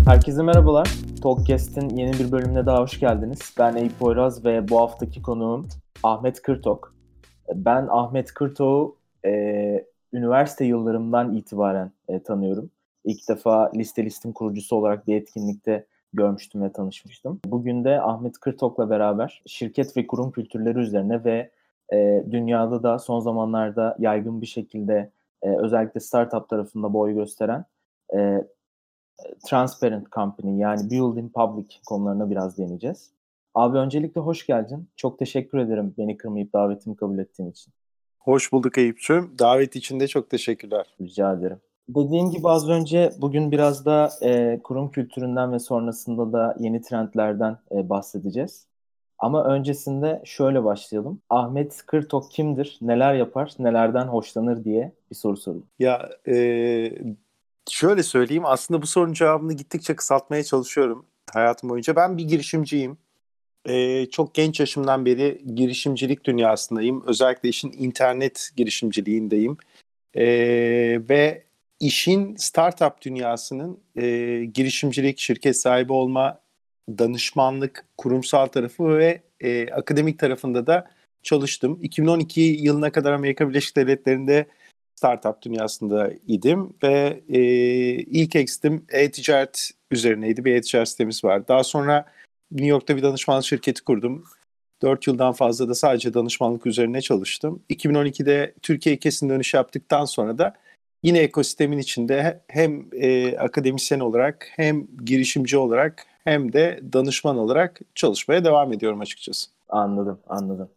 Herkese merhabalar. Talkcast'in yeni bir bölümüne daha hoş geldiniz. Ben Eyüp Poyraz ve bu haftaki konuğum Ahmet Kırtok. Ben Ahmet Kırtok'u üniversite yıllarımdan itibaren tanıyorum. İlk defa Listelist'in kurucusu olarak bir etkinlikte görmüştüm ve tanışmıştım. Bugün de Ahmet Kırtok'la beraber şirket ve kurum kültürleri üzerine ve dünyada da son zamanlarda yaygın bir şekilde özellikle startup tarafında boy gösteren e, Transparent Company yani Building Public konularına biraz değineceğiz. Abi öncelikle hoş geldin. Çok teşekkür ederim beni kırmayıp davetimi kabul ettiğin için. Hoş bulduk Eyüp'cüğüm. Davet için de çok teşekkürler. Rica ederim. Dediğim gibi az önce bugün biraz da kurum kültüründen ve sonrasında da yeni trendlerden bahsedeceğiz. Ama öncesinde şöyle başlayalım. Ahmet Kırtok kimdir? Neler yapar? Nelerden hoşlanır diye bir soru sorayım. Ya şöyle söyleyeyim, aslında bu sorunun cevabını gittikçe kısaltmaya çalışıyorum hayatım boyunca. Ben bir girişimciyim. Çok genç yaşımdan beri girişimcilik dünyasındayım. Özellikle işin internet girişimciliğindeyim. Ve işin startup dünyasının girişimcilik, şirket sahibi olma, danışmanlık, kurumsal tarafı ve akademik tarafında da çalıştım. 2012 yılına kadar Amerika Birleşik Devletleri'nde startup dünyasında idim ve ilk exitim e-ticaret üzerineydi. Bir e-ticaret sitemiz var. Daha sonra New York'ta bir danışmanlık şirketi kurdum. 4 yıldan fazla da sadece danışmanlık üzerine çalıştım. 2012'de Türkiye'ye kesin dönüş yaptıktan sonra da yine ekosistemin içinde hem akademisyen olarak hem girişimci olarak hem de danışman olarak çalışmaya devam ediyorum açıkçası. Anladım.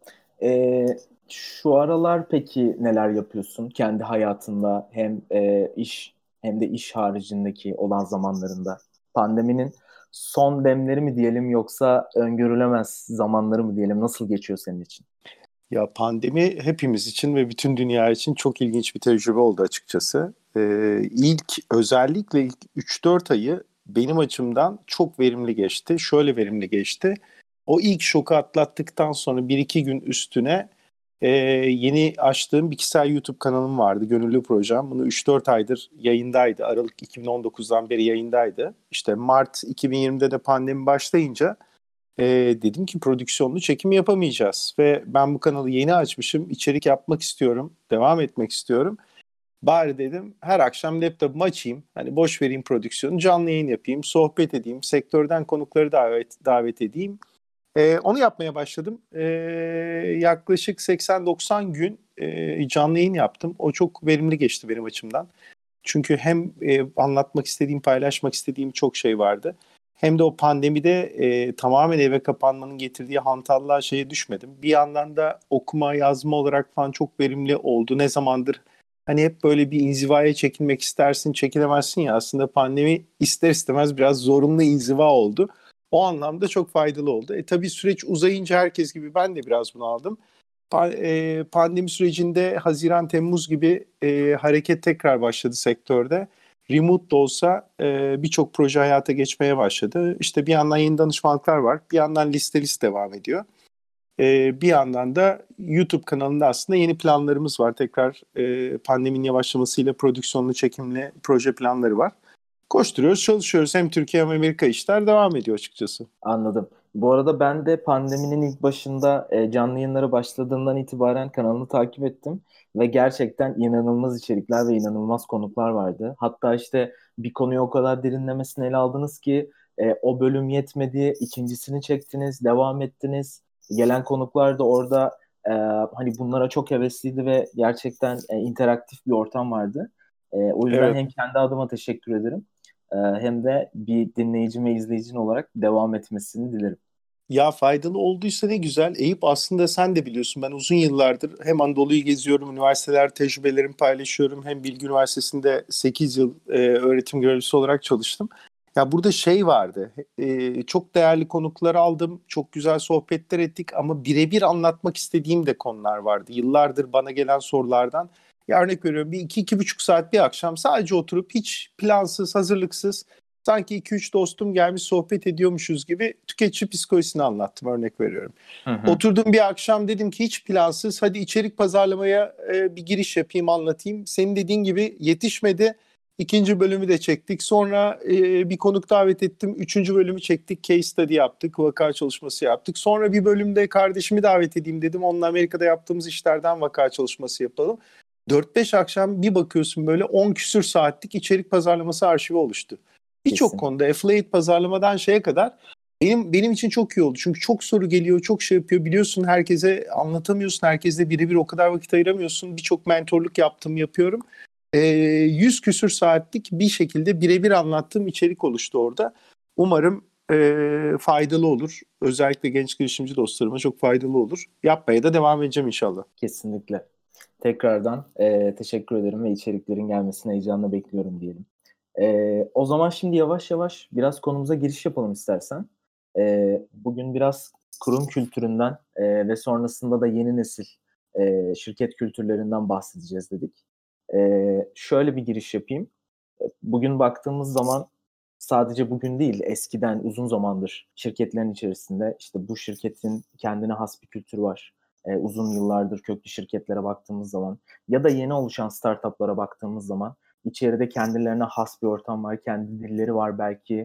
Şu aralar peki neler yapıyorsun kendi hayatında hem iş hem de iş haricindeki olan zamanlarında? Pandeminin son demleri mi diyelim yoksa öngörülemez zamanları mı diyelim? Nasıl geçiyor senin için? Ya pandemi hepimiz için ve bütün dünya için çok ilginç bir tecrübe oldu açıkçası. Özellikle ilk 3-4 ayı benim açımdan çok verimli geçti. Şöyle verimli geçti. O ilk şoku atlattıktan sonra 1-2 gün üstüne yeni açtığım bir kişisel YouTube kanalım vardı. Gönüllü projem. Bunu 3-4 aydır yayındaydı. Aralık 2019'dan beri yayındaydı. İşte Mart 2020'de de pandemi başlayınca dedim ki prodüksiyonlu çekim yapamayacağız. Ve ben bu kanalı yeni açmışım. İçerik yapmak istiyorum. Devam etmek istiyorum. Bari dedim her akşam laptopumu açayım. Hani boş vereyim prodüksiyonu. Canlı yayın yapayım. Sohbet edeyim. Sektörden konukları davet edeyim. Onu yapmaya başladım. Yaklaşık 80-90 gün canlı yayın yaptım. O çok verimli geçti benim açımdan. Çünkü hem anlatmak istediğim, paylaşmak istediğim çok şey vardı. Hem de o pandemide tamamen eve kapanmanın getirdiği hantallığa şeye düşmedim. Bir yandan da okuma, yazma olarak falan çok verimli oldu. Ne zamandır hani hep böyle bir inzivaya çekilmek istersin, çekilemezsin ya. Aslında pandemi ister istemez biraz zorunlu inziva oldu. O anlamda çok faydalı oldu. Tabii süreç uzayınca herkes gibi ben de biraz bunu aldım. Pandemi sürecinde Haziran-Temmuz gibi hareket tekrar başladı sektörde. Remote da olsa birçok proje hayata geçmeye başladı. İşte bir yandan yeni danışmanlıklar var. Bir yandan liste devam ediyor. Bir yandan da YouTube kanalında aslında yeni planlarımız var. Tekrar pandeminin yavaşlamasıyla prodüksiyonlu çekimli proje planları var. Koşturuyoruz, çalışıyoruz. Hem Türkiye hem Amerika işler devam ediyor açıkçası. Anladım. Bu arada ben de pandeminin ilk başında canlı yayınlara başladığından itibaren kanalını takip ettim ve gerçekten inanılmaz içerikler ve inanılmaz konuklar vardı. Hatta işte bir konuyu o kadar derinlemesine ele aldınız ki o bölüm yetmedi, ikincisini çektiniz, devam ettiniz. Gelen konuklar da orada hani bunlara çok hevesliydi ve gerçekten interaktif bir ortam vardı. O yüzden Evet. hem kendi adıma teşekkür ederim. Hem de bir dinleyici ve izleyicin olarak devam etmesini dilerim. Ya faydalı olduysa ne güzel. Eyüp, aslında sen de biliyorsun, ben uzun yıllardır hem Anadolu'yu geziyorum, üniversiteler tecrübelerimi paylaşıyorum. Hem Bilgi Üniversitesi'nde 8 yıl öğretim görevlisi olarak çalıştım. Ya burada şey vardı, çok değerli konuklar aldım, çok güzel sohbetler ettik ama birebir anlatmak istediğim de konular vardı. Yıllardır bana gelen sorulardan. Ya örnek veriyorum, bir 2-2,5 saat bir akşam sadece oturup hiç plansız, hazırlıksız, sanki 2-3 dostum gelmiş sohbet ediyormuşuz gibi tüketici psikolojisini anlattım, örnek veriyorum. Hı hı. Oturdum bir akşam, dedim ki hiç plansız, hadi içerik pazarlamaya bir giriş yapayım, anlatayım. Senin dediğin gibi yetişmedi. İkinci bölümü de çektik. Sonra bir konuk davet ettim. Üçüncü bölümü çektik. Case study yaptık. Vaka çalışması yaptık. Sonra bir bölümde kardeşimi davet edeyim dedim. Onunla Amerika'da yaptığımız işlerden vaka çalışması yapalım. 4-5 akşam bir bakıyorsun böyle 10 küsür saatlik içerik pazarlaması arşivi oluştu. Birçok konuda affiliate pazarlamadan şeye kadar benim için çok iyi oldu. Çünkü çok soru geliyor, çok şey yapıyor. Biliyorsun herkese anlatamıyorsun. Herkesle birebir o kadar vakit ayıramıyorsun. Birçok mentorluk yapıyorum. 100 küsür saatlik bir şekilde birebir anlattığım içerik oluştu orada. Umarım faydalı olur. Özellikle genç girişimci dostlarıma çok faydalı olur. Yapmaya da devam edeceğim inşallah. Kesinlikle. Tekrardan teşekkür ederim ve içeriklerin gelmesini heyecanla bekliyorum diyelim. O zaman şimdi yavaş yavaş biraz konumuza giriş yapalım istersen. Bugün biraz kurum kültüründen ve sonrasında da yeni nesil şirket kültürlerinden bahsedeceğiz dedik. Şöyle bir giriş yapayım. Bugün baktığımız zaman sadece bugün değil, eskiden uzun zamandır şirketlerin içerisinde işte bu şirketin kendine has bir kültürü var. Uzun yıllardır köklü şirketlere baktığımız zaman ya da yeni oluşan startuplara baktığımız zaman içeride kendilerine has bir ortam var, kendi dilleri var belki.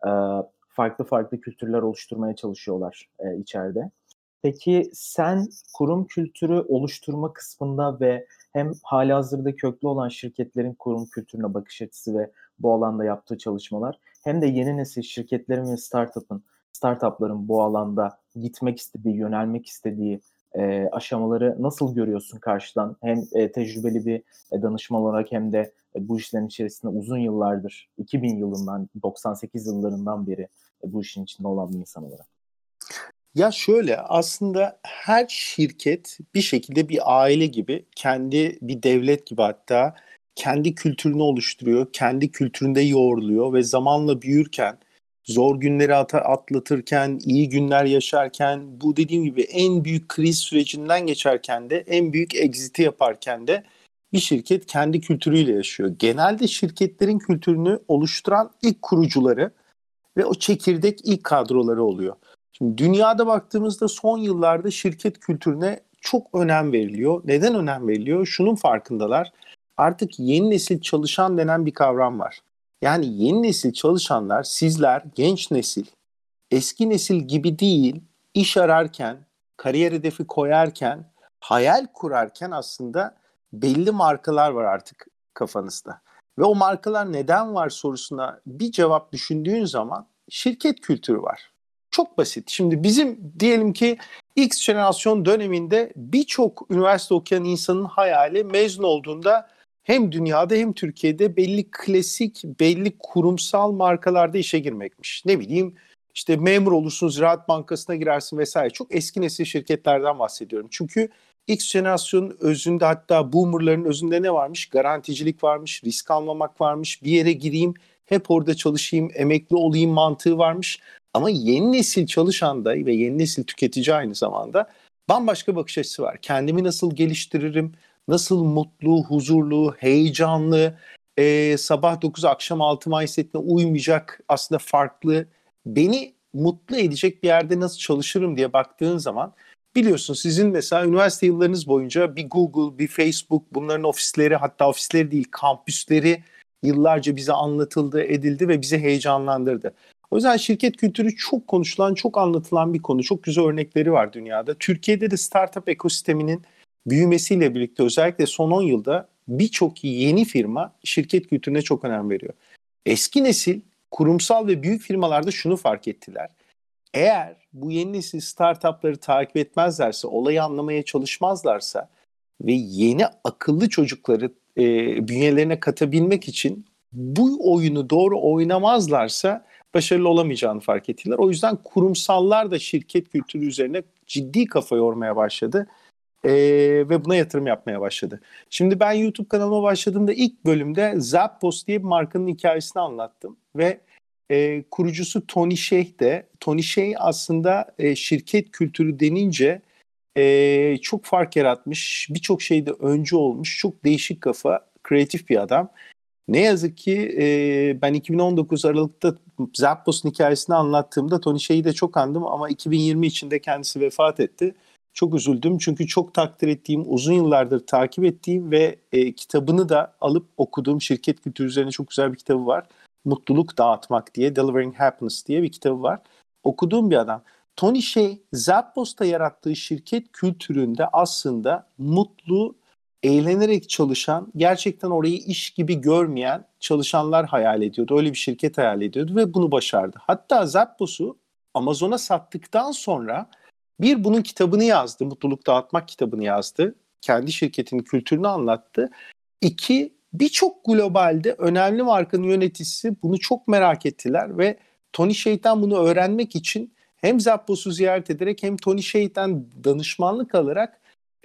Farklı farklı kültürler oluşturmaya çalışıyorlar içeride. Peki sen kurum kültürü oluşturma kısmında ve hem halihazırda köklü olan şirketlerin kurum kültürüne bakış açısı ve bu alanda yaptığı çalışmalar hem de yeni nesil şirketlerin ve startupların bu alanda gitmek istediği, yönelmek istediği aşamaları nasıl görüyorsun karşıdan? Hem tecrübeli bir danışman olarak hem de bu işlerin içerisinde uzun yıllardır, 2000 yılından, 98 yıllarından beri bu işin içinde olan bir insan olarak. Ya şöyle, aslında her şirket bir şekilde bir aile gibi, kendi bir devlet gibi hatta kendi kültürünü oluşturuyor, kendi kültüründe yoğruluyor ve zamanla büyürken, zor günleri atlatırken, iyi günler yaşarken, bu dediğim gibi en büyük kriz sürecinden geçerken de, en büyük exit'i yaparken de bir şirket kendi kültürüyle yaşıyor. Genelde şirketlerin kültürünü oluşturan ilk kurucuları ve o çekirdek ilk kadroları oluyor. Şimdi dünyada baktığımızda son yıllarda şirket kültürüne çok önem veriliyor. Neden önem veriliyor? Şunun farkındalar. Artık yeni nesil çalışan denen bir kavram var. Yani yeni nesil çalışanlar, sizler, genç nesil, eski nesil gibi değil, iş ararken, kariyer hedefi koyarken, hayal kurarken aslında belli markalar var artık kafanızda. Ve o markalar neden var sorusuna bir cevap düşündüğün zaman şirket kültürü var. Çok basit. Şimdi bizim diyelim ki X jenerasyon döneminde birçok üniversite okuyan insanın hayali mezun olduğunda hem dünyada hem Türkiye'de belli klasik, belli kurumsal markalarda işe girmekmiş. Ne bileyim işte memur olursun, Ziraat Bankası'na girersin vesaire. Çok eski nesil şirketlerden bahsediyorum. Çünkü X jenerasyonun özünde, hatta boomerların özünde ne varmış? Garanticilik varmış, risk almamak varmış, bir yere gireyim, hep orada çalışayım, emekli olayım mantığı varmış. Ama yeni nesil çalışan da ve yeni nesil tüketici aynı zamanda bambaşka bakış açısı var. Kendimi nasıl geliştiririm, nasıl mutlu, huzurlu, heyecanlı, sabah 9 akşam 6 mindsetine uymayacak, aslında farklı, beni mutlu edecek bir yerde nasıl çalışırım diye baktığın zaman biliyorsun sizin mesela üniversite yıllarınız boyunca bir Google, bir Facebook, bunların ofisleri, hatta ofisleri değil kampüsleri yıllarca bize anlatıldı, edildi ve bizi heyecanlandırdı. O yüzden şirket kültürü çok konuşulan, çok anlatılan bir konu. Çok güzel örnekleri var dünyada. Türkiye'de de startup ekosisteminin büyümesiyle birlikte özellikle son 10 yılda birçok yeni firma şirket kültürüne çok önem veriyor. Eski nesil kurumsal ve büyük firmalarda şunu fark ettiler. Eğer bu yeni nesil startupları takip etmezlerse, olayı anlamaya çalışmazlarsa ve yeni akıllı çocukları bünyelerine katabilmek için bu oyunu doğru oynamazlarsa başarılı olamayacağını fark ettiler. O yüzden kurumsallar da şirket kültürü üzerine ciddi kafa yormaya başladı ve buna yatırım yapmaya başladı. Şimdi ben YouTube kanalıma başladığımda ilk bölümde Zappos diye bir markanın hikayesini anlattım ve kurucusu Tony Hsieh de. Tony Hsieh aslında şirket kültürü denince çok fark yaratmış, birçok şeyde öncü olmuş, çok değişik kafa, kreatif bir adam. Ne yazık ki ben 2019 Aralık'ta Zappos'un hikayesini anlattığımda Tony Hsieh'i de çok andım ama 2020 içinde kendisi vefat etti. Çok üzüldüm çünkü çok takdir ettiğim, uzun yıllardır takip ettiğim ve kitabını da alıp okuduğum, şirket kültürü üzerine çok güzel bir kitabı var. Mutluluk Dağıtmak diye, Delivering Happiness diye bir kitabı var. Okuduğum bir adam. Tony Hsieh, Zappos'ta yarattığı şirket kültüründe aslında mutlu, eğlenerek çalışan, gerçekten orayı iş gibi görmeyen çalışanlar hayal ediyordu. Öyle bir şirket hayal ediyordu ve bunu başardı. Hatta Zappos'u Amazon'a sattıktan sonra bunun kitabını yazdı, Mutluluk Dağıtmak kitabını yazdı. Kendi şirketinin kültürünü anlattı. İki, birçok globalde önemli markanın yöneticisi bunu çok merak ettiler ve Tony Hsieh'ten bunu öğrenmek için hem Zappos'u ziyaret ederek hem Tony Hsieh'ten danışmanlık alarak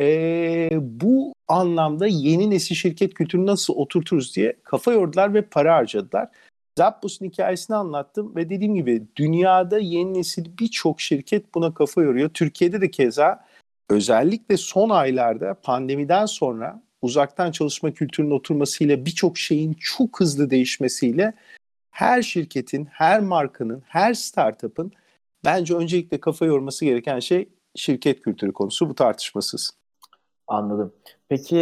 bu anlamda yeni nesil şirket kültürünü nasıl oturturuz diye kafa yordular ve para harcadılar. Zappos'un hikayesini anlattım ve dediğim gibi dünyada yeni nesil birçok şirket buna kafa yoruyor. Türkiye'de de keza özellikle son aylarda pandemiden sonra uzaktan çalışma kültürünün oturmasıyla birçok şeyin çok hızlı değişmesiyle her şirketin, her markanın, her startup'ın bence öncelikle kafa yorması gereken şey şirket kültürü konusu, bu tartışmasız. Anladım. Peki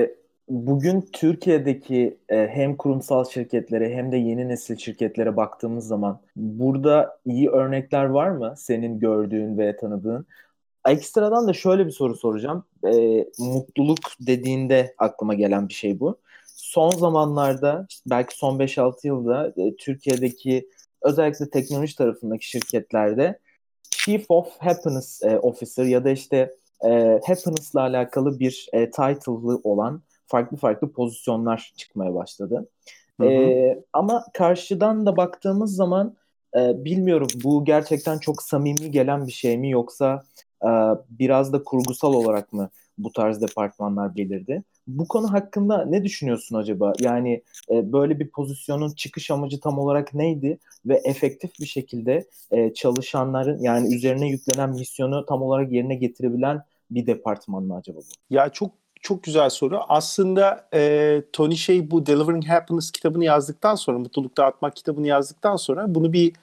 bugün Türkiye'deki hem kurumsal şirketlere hem de yeni nesil şirketlere baktığımız zaman burada iyi örnekler var mı senin gördüğün ve tanıdığın? Ekstradan da şöyle bir soru soracağım. Mutluluk dediğinde aklıma gelen bir şey bu. Son zamanlarda belki son 5-6 yılda Türkiye'deki özellikle teknoloji tarafındaki şirketlerde Chief of Happiness Officer ya da işte happiness'la alakalı bir title'lı olan farklı farklı pozisyonlar çıkmaya başladı. Hı hı. Ama karşıdan da baktığımız zaman bilmiyorum bu gerçekten çok samimi gelen bir şey mi yoksa e, biraz da kurgusal olarak mı bu tarz departmanlar belirdi? Bu konu hakkında ne düşünüyorsun acaba? Yani böyle bir pozisyonun çıkış amacı tam olarak neydi ve efektif bir şekilde çalışanların yani üzerine yüklenen misyonu tam olarak yerine getirebilen bir departman mı acaba bu? Ya çok çok güzel soru. Aslında Tony Hsieh bu Delivering Happiness kitabını yazdıktan sonra, Mutluluk Dağıtmak kitabını yazdıktan sonra bunu bir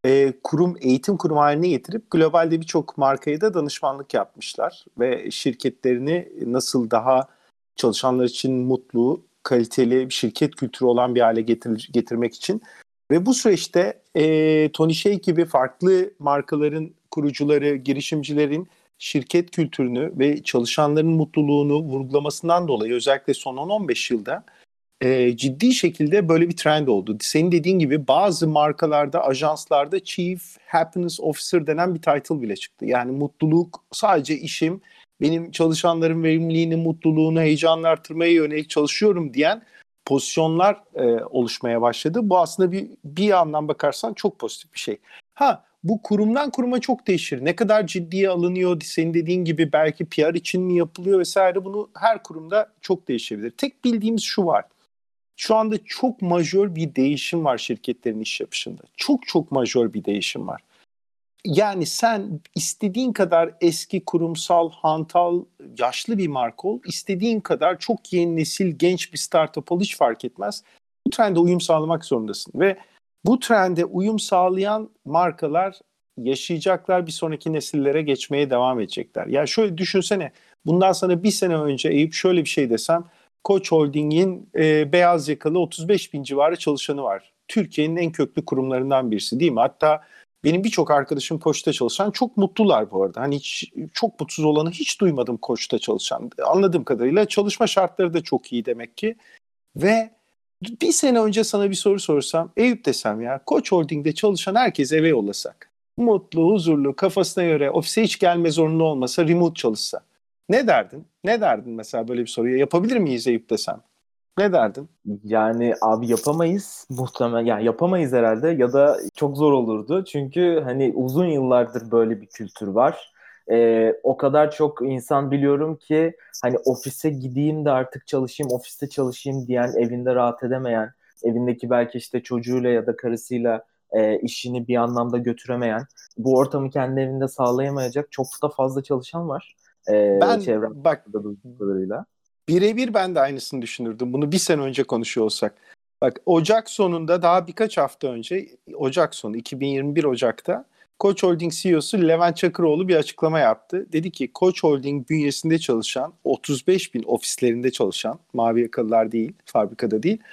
eğitim kurumu haline getirip globalde birçok markaya da danışmanlık yapmışlar ve şirketlerini nasıl daha çalışanlar için mutlu, kaliteli bir şirket kültürü olan bir hale getirmek için. Ve bu süreçte Tony Hsieh gibi farklı markaların kurucuları, girişimcilerin şirket kültürünü ve çalışanların mutluluğunu vurgulamasından dolayı özellikle son 10-15 yılda ciddi şekilde böyle bir trend oldu. Senin dediğin gibi bazı markalarda, ajanslarda Chief Happiness Officer denen bir title bile çıktı. Yani mutluluk sadece işim, benim çalışanların verimliliğini, mutluluğunu, heyecanını artırmaya yönelik çalışıyorum diyen pozisyonlar oluşmaya başladı. Bu aslında bir yandan bakarsan çok pozitif bir şey. Bu kurumdan kuruma çok değişir. Ne kadar ciddiye alınıyor, senin dediğin gibi belki PR için mi yapılıyor vesaire, bunu her kurumda çok değişebilir. Tek bildiğimiz şu var. Şu anda çok majör bir değişim var şirketlerin iş yapışında. Çok çok majör bir değişim var. Yani sen istediğin kadar eski, kurumsal, hantal, yaşlı bir marka ol, istediğin kadar çok yeni nesil, genç bir startup ol, hiç fark etmez. Bu trende uyum sağlamak zorundasın ve bu trende uyum sağlayan markalar yaşayacaklar, bir sonraki nesillere geçmeye devam edecekler. Ya şöyle düşünsene, bundan sana bir sene önce Eyüp şöyle bir şey desem, Koç Holding'in beyaz yakalı 35 bin civarı çalışanı var. Türkiye'nin en köklü kurumlarından birisi değil mi? Hatta benim birçok arkadaşım Koç'ta çalışan çok mutlular bu arada. Hani hiç, çok mutsuz olanı hiç duymadım Koç'ta çalışan. Anladığım kadarıyla çalışma şartları da çok iyi demek ki. Ve bir sene önce sana bir soru sorsam, Eyüp desem ya, Koç Holding'de çalışan herkes eve yollasak, mutlu, huzurlu, kafasına göre ofise hiç gelme zorunlu olmasa, remote çalışsa. Ne derdin? Ne derdin mesela böyle bir soruya? Yapabilir miyiz Eyüp desem? Ne derdin? Yani abi yapamayız muhtemelen yani yapamayız herhalde ya da çok zor olurdu çünkü hani uzun yıllardır böyle bir kültür var. O kadar çok insan biliyorum ki hani ofise gideyim de artık çalışayım ofiste çalışayım diyen evinde rahat edemeyen evindeki belki işte çocuğuyla ya da karısıyla işini bir anlamda götüremeyen bu ortamı kendi evinde sağlayamayacak çok da fazla çalışan var çevremde Bak, duyduğum kadarıyla. birebir ben de aynısını düşünürdüm. Bunu bir sene önce konuşuyor olsak. Bak, Ocak sonunda, daha birkaç hafta önce, Ocak sonu 2021 Ocak'ta Koç Holding CEO'su Levent Çakıroğlu bir açıklama yaptı. Dedi ki Koç Holding bünyesinde çalışan 35 bin ofislerinde çalışan, mavi yakalılar değil, fabrikada değil,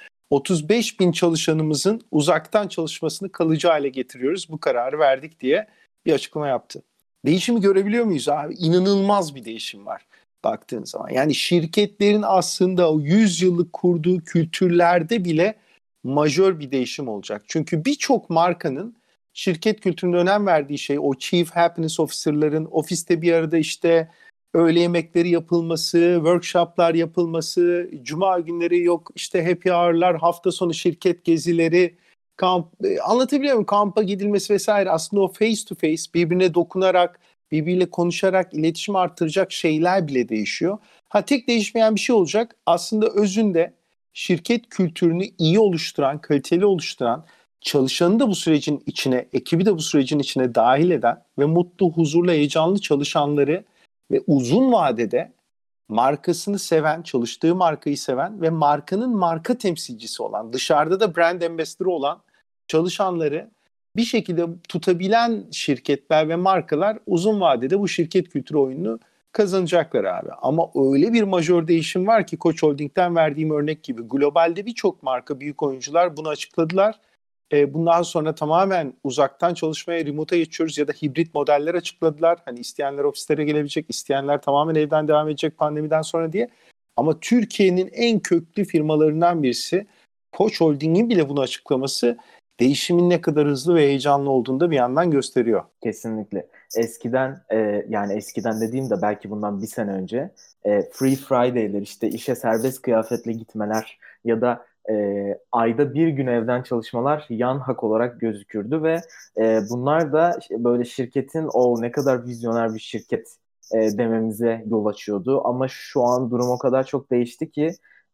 35 bin çalışanımızın uzaktan çalışmasını kalıcı hale getiriyoruz. Bu kararı verdik diye bir açıklama yaptı. Değişimi görebiliyor muyuz abi? İnanılmaz bir değişim var baktığın zaman. Yani şirketlerin aslında o 100 yıllık kurduğu kültürlerde bile majör bir değişim olacak. Çünkü birçok markanın şirket kültürüne önem verdiği şey o Chief Happiness Officer'ların ofiste bir arada işte öğle yemekleri yapılması, workshoplar yapılması, cuma günleri yok işte happy hour'lar, hafta sonu şirket gezileri, kamp, anlatabiliyor muyum? Kampa gidilmesi vesaire. Aslında o face to face birbirine dokunarak, birbiriyle konuşarak iletişimi artıracak şeyler bile değişiyor. Ha, tek değişmeyen bir şey olacak. Aslında özünde şirket kültürünü iyi oluşturan, kaliteli oluşturan, çalışanı da bu sürecin içine, ekibi de bu sürecin içine dahil eden ve mutlu, huzurlu, heyecanlı çalışanları ve uzun vadede markasını seven, çalıştığı markayı seven ve markanın marka temsilcisi olan, dışarıda da brand ambassador olan çalışanları bir şekilde tutabilen şirketler ve markalar uzun vadede bu şirket kültürü oyununu kazanacaklar abi. Ama öyle bir majör değişim var ki Koç Holding'den verdiğim örnek gibi globalde birçok marka, büyük oyuncular bunu açıkladılar. Bundan sonra tamamen uzaktan çalışmaya, remote'a geçiyoruz ya da hibrit modeller açıkladılar. Hani isteyenler ofislere gelebilecek, isteyenler tamamen evden devam edecek pandemiden sonra diye. Ama Türkiye'nin en köklü firmalarından birisi Koç Holding'in bile bunu açıklaması değişimin ne kadar hızlı ve heyecanlı olduğunu da bir yandan gösteriyor. Kesinlikle. Eskiden yani eskiden dediğimde belki bundan bir sene önce Free Friday'ler işte işe serbest kıyafetle gitmeler ya da ayda bir gün evden çalışmalar yan hak olarak gözükürdü ve bunlar da böyle şirketin o ne kadar vizyoner bir şirket dememize yol açıyordu. Ama şu an durum o kadar çok değişti ki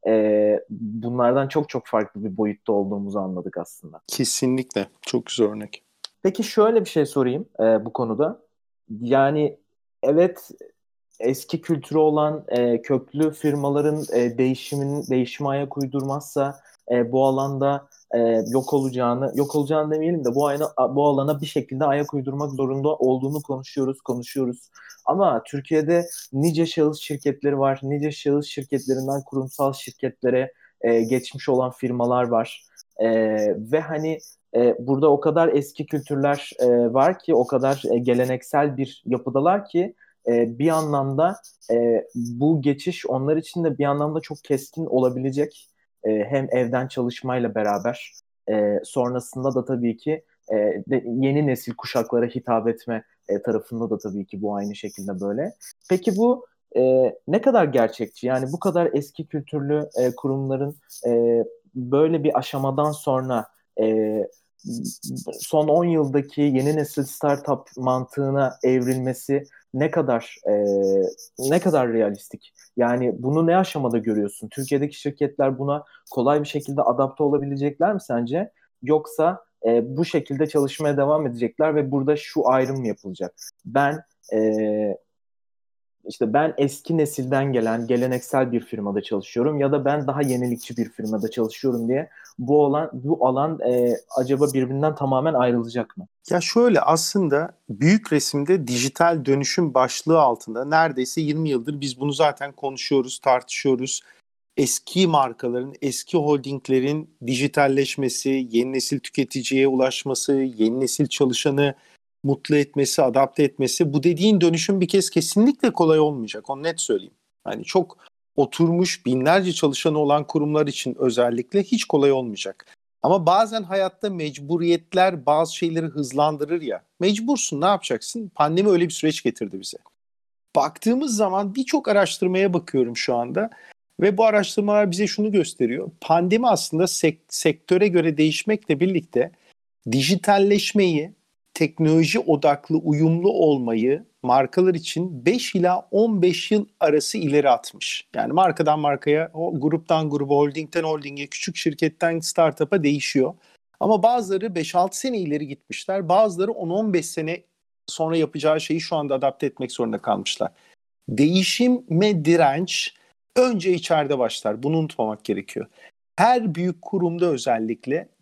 bunlardan çok çok farklı bir boyutta olduğumuzu anladık aslında. Kesinlikle. Çok güzel örnek. Peki şöyle bir şey sorayım bu konuda. Yani evet, eski kültürü olan köklü firmaların değişime ayak uydurmazsa bu alanda yok olacağını demeyelim de bu alana bir şekilde ayak uydurmak zorunda olduğunu konuşuyoruz. Ama Türkiye'de nice şahıs şirketleri var. Nice şahıs şirketlerinden kurumsal şirketlere geçmiş olan firmalar var. Ve hani burada o kadar eski kültürler var ki, o kadar geleneksel bir yapıdalar ki bir anlamda bu geçiş onlar için de bir anlamda çok keskin olabilecek. Hem evden çalışmayla beraber sonrasında da tabii ki yeni nesil kuşaklara hitap etme tarafında da tabii ki bu aynı şekilde böyle. Peki bu ne kadar gerçekçi? Yani bu kadar eski kültürlü kurumların böyle bir aşamadan sonra e, son 10 yıldaki yeni nesil startup mantığına evrilmesi ne kadar realistik? Yani bunu ne aşamada görüyorsun? Türkiye'deki şirketler buna kolay bir şekilde adapte olabilecekler mi sence? Yoksa bu şekilde çalışmaya devam edecekler ve burada şu ayrım mı yapılacak? Ben e, ben eski nesilden gelen geleneksel bir firmada çalışıyorum ya da ben daha yenilikçi bir firmada çalışıyorum diye bu alan acaba birbirinden tamamen ayrılacak mı? Ya şöyle, aslında büyük resimde dijital dönüşüm başlığı altında neredeyse 20 yıldır biz bunu zaten konuşuyoruz, tartışıyoruz. Eski markaların, eski holdinglerin dijitalleşmesi, yeni nesil tüketiciye ulaşması, yeni nesil çalışanı mutlu etmesi, adapte etmesi, bu dediğin dönüşüm bir kez kesinlikle kolay olmayacak. Onu net söyleyeyim. Yani çok oturmuş binlerce çalışanı olan kurumlar için özellikle hiç kolay olmayacak. Ama bazen hayatta mecburiyetler bazı şeyleri hızlandırır ya. Mecbursun, ne yapacaksın? Pandemi öyle bir süreç getirdi bize. Baktığımız zaman birçok araştırmaya bakıyorum şu anda ve bu araştırmalar bize şunu gösteriyor. Pandemi aslında sektöre göre değişmekle birlikte dijitalleşmeyi, teknoloji odaklı uyumlu olmayı markalar için 5 ila 15 yıl arası ileri atmış. Yani markadan markaya, o gruptan gruba, holdingten holdinge, küçük şirketten startup'a değişiyor. Ama bazıları 5-6 sene ileri gitmişler. Bazıları 10-15 sene sonra yapacağı şeyi şu anda adapte etmek zorunda kalmışlar. Değişime direnç önce içeride başlar. Bunu unutmamak gerekiyor. Her büyük kurumda özellikle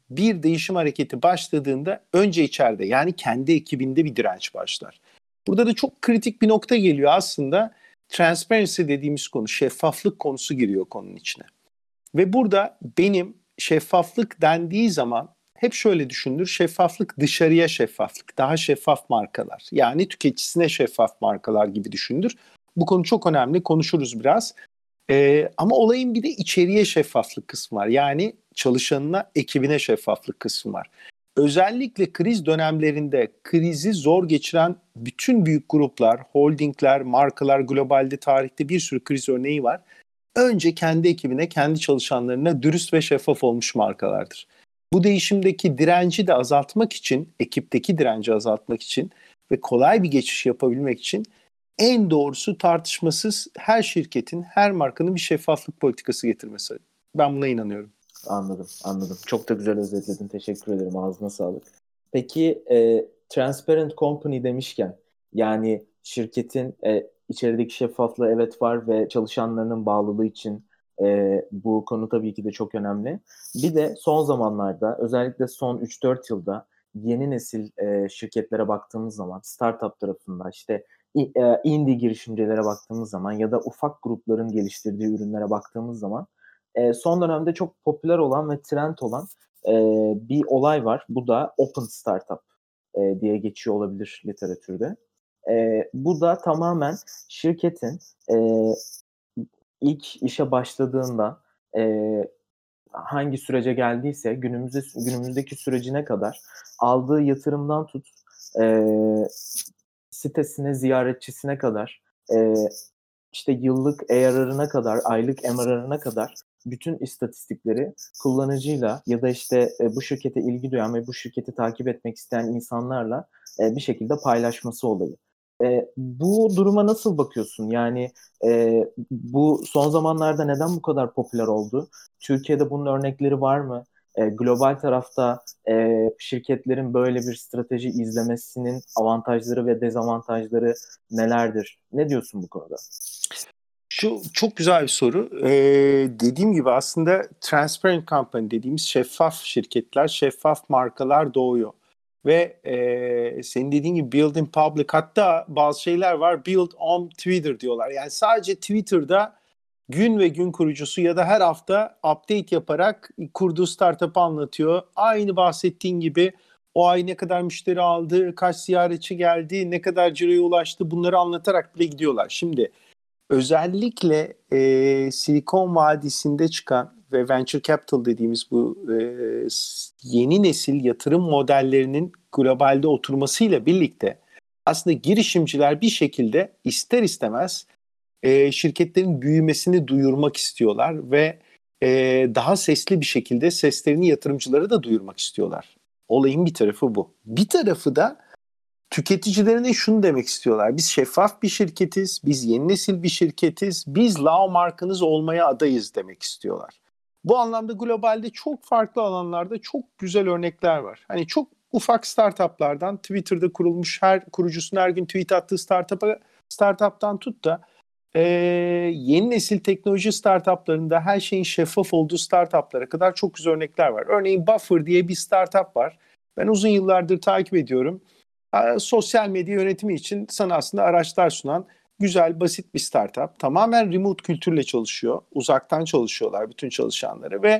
bir değişim hareketi başladığında önce içeride, yani kendi ekibinde bir direnç başlar. Burada da çok kritik bir nokta geliyor aslında. Transparency dediğimiz konu, şeffaflık konusu giriyor konunun içine. Ve burada benim şeffaflık dendiği zaman hep şöyle düşünülür. Şeffaflık, dışarıya şeffaflık, daha şeffaf markalar. Yani tüketicisine şeffaf markalar gibi düşünülür. Bu konu çok önemli, konuşuruz biraz. Ama olayın bir de içeriye şeffaflık kısmı var. Yani çalışanına, ekibine şeffaflık kısmı var. Özellikle kriz dönemlerinde krizi zor geçiren bütün büyük gruplar, holdingler, markalar, globalde tarihte bir sürü kriz örneği var. Önce kendi ekibine, kendi çalışanlarına dürüst ve şeffaf olmuş markalardır. Bu değişimdeki direnci de azaltmak için, ekipteki direnci azaltmak için ve kolay bir geçiş yapabilmek için en doğrusu tartışmasız her şirketin, her markanın bir şeffaflık politikası getirmesi. Ben buna inanıyorum. Anladım. Çok da güzel özetledin. Teşekkür ederim. Ağzına sağlık. Peki Transparent Company demişken, yani şirketin içerideki şeffaflığı evet var ve çalışanlarının bağlılığı için bu konu tabii ki de çok önemli. Bir de son zamanlarda, özellikle son 3-4 yılda yeni nesil şirketlere baktığımız zaman, startup tarafında işte indie girişimcilere baktığımız zaman ya da ufak grupların geliştirdiği ürünlere baktığımız zaman son dönemde çok popüler olan ve trend olan bir olay var. Bu da Open Startup diye geçiyor olabilir literatürde. Bu da tamamen şirketin ilk işe başladığında hangi sürece geldiyse günümüzdeki sürecine kadar aldığı yatırımdan tut sitesine, ziyaretçisine kadar, işte yıllık ARR'ına kadar, aylık MRR'ına kadar bütün istatistikleri kullanıcıyla ya da işte bu şirkete ilgi duyan ve bu şirketi takip etmek isteyen insanlarla bir şekilde paylaşması olayı. Bu duruma nasıl bakıyorsun? Yani bu son zamanlarda neden bu kadar popüler oldu? Türkiye'de bunun örnekleri var mı? Global tarafta şirketlerin böyle bir strateji izlemesinin avantajları ve dezavantajları nelerdir? Ne diyorsun bu konuda? Şu çok güzel bir soru. Dediğim gibi aslında transparent company dediğimiz şeffaf şirketler, şeffaf markalar doğuyor. Ve senin dediğin gibi build in public, hatta bazı şeyler var, build on Twitter diyorlar. Yani sadece Twitter'da gün ve gün kurucusu ya da her hafta update yaparak kurduğu startup'ı anlatıyor. Aynı bahsettiğin gibi o ay ne kadar müşteri aldı, kaç ziyaretçi geldi, ne kadar ciroya ulaştı, bunları anlatarak bile gidiyorlar. Şimdi özellikle Silikon Vadisi'nde çıkan ve venture capital dediğimiz bu yeni nesil yatırım modellerinin globalde oturmasıyla birlikte aslında girişimciler bir şekilde ister istemez şirketlerin büyümesini duyurmak istiyorlar ve daha sesli bir şekilde seslerini yatırımcılara da duyurmak istiyorlar. Olayın bir tarafı bu. Bir tarafı da tüketicilerine şunu demek istiyorlar. Biz şeffaf bir şirketiz, biz yeni nesil bir şirketiz, biz Lao markanız olmaya adayız demek istiyorlar. Bu anlamda globalde çok farklı alanlarda çok güzel örnekler var. Hani çok ufak startuplardan, Twitter'da kurulmuş, her kurucusunun her gün tweet attığı startuptan tut da yeni nesil teknoloji startuplarında her şeyin şeffaf olduğu startuplara kadar çok güzel örnekler var. Örneğin Buffer diye bir startup var. Ben uzun yıllardır takip ediyorum. Sosyal medya yönetimi için sana aslında araçlar sunan güzel, basit bir startup. Tamamen remote kültürle çalışıyor. Uzaktan çalışıyorlar bütün çalışanları ve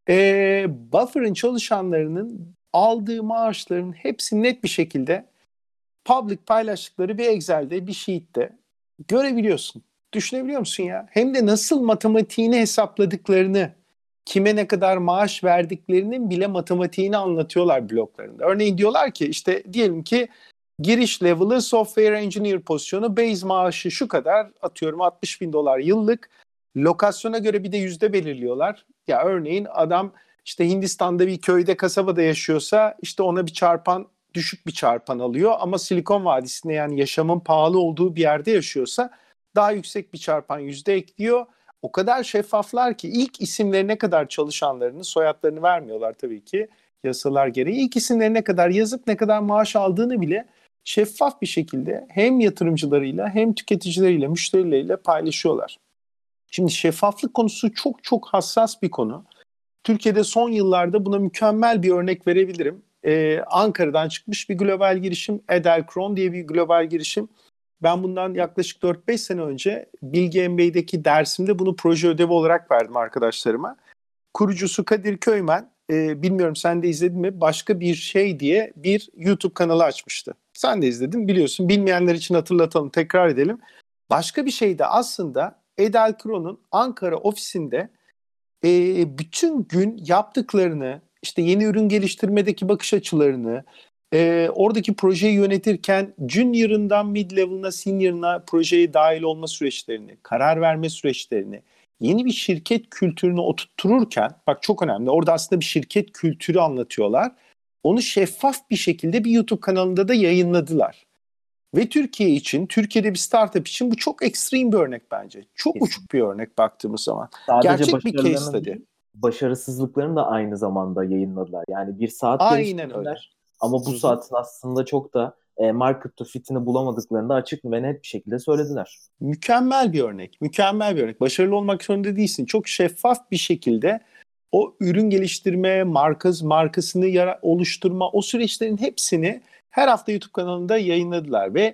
Buffer'ın çalışanlarının aldığı maaşların hepsi net bir şekilde public paylaştıkları bir Excel'de, bir Sheet'te görebiliyorsun. Düşünebiliyor musun ya? Hem de nasıl matematiğini hesapladıklarını, kime ne kadar maaş verdiklerinin bile matematiğini anlatıyorlar bloglarında. Örneğin diyorlar ki işte diyelim ki giriş level'ı software engineer pozisyonu, base maaşı şu kadar, atıyorum $60,000 yıllık. Lokasyona göre bir de yüzde belirliyorlar. Ya örneğin adam işte Hindistan'da bir köyde, kasabada yaşıyorsa işte ona bir çarpan, düşük bir çarpan alıyor, ama Silikon Vadisi'nde, yani yaşamın pahalı olduğu bir yerde yaşıyorsa daha yüksek bir çarpan yüzde ekliyor. O kadar şeffaflar ki ilk isimlerine kadar çalışanlarını, soyadlarını vermiyorlar tabii ki yasalar gereği. İlk isimlerine kadar yazıp ne kadar maaş aldığını bile şeffaf bir şekilde hem yatırımcılarıyla hem tüketicileriyle, müşterileriyle paylaşıyorlar. Şimdi şeffaflık konusu çok çok hassas bir konu. Türkiye'de son yıllarda buna mükemmel bir örnek verebilirim. Ankara'dan çıkmış bir global girişim, Edelkron diye bir global girişim. Ben bundan yaklaşık 4-5 sene önce Bilgi MBA'deki dersimde bunu proje ödevi olarak verdim arkadaşlarıma. Kurucusu Kadir Köymen, bilmiyorum sen de izledin mi? Başka bir şey diye bir YouTube kanalı açmıştı. Sen de izledin biliyorsun. Bilmeyenler için hatırlatalım, tekrar edelim. Başka bir şey de aslında Edelkron'un Ankara ofisinde bütün gün yaptıklarını, işte yeni ürün geliştirmedeki bakış açılarını, oradaki projeyi yönetirken junior'ından mid-level'ına, senior'ına projeye dahil olma süreçlerini, karar verme süreçlerini, yeni bir şirket kültürünü oturtururken, bak çok önemli, orada aslında bir şirket kültürü anlatıyorlar. Onu şeffaf bir şekilde bir YouTube kanalında da yayınladılar. Ve Türkiye için, Türkiye'de bir startup için bu çok ekstrem bir örnek bence. Çok Kesin. uçuk bir örnek baktığımız zaman. Sadece Gerçek bir case başarılarını study. değil, başarısızlıklarını da aynı zamanda yayınladılar. Yani bir saat Aynen öyle. geliştirdiler ama bu Hı hı. saatin aslında çok da market to fit'ini bulamadıklarını da açık ve net bir şekilde söylediler. Mükemmel bir örnek. Mükemmel bir örnek. Başarılı olmak zorunda değilsin. Çok şeffaf bir şekilde o ürün geliştirme, markasını oluşturma, o süreçlerin hepsini her hafta YouTube kanalında yayınladılar ve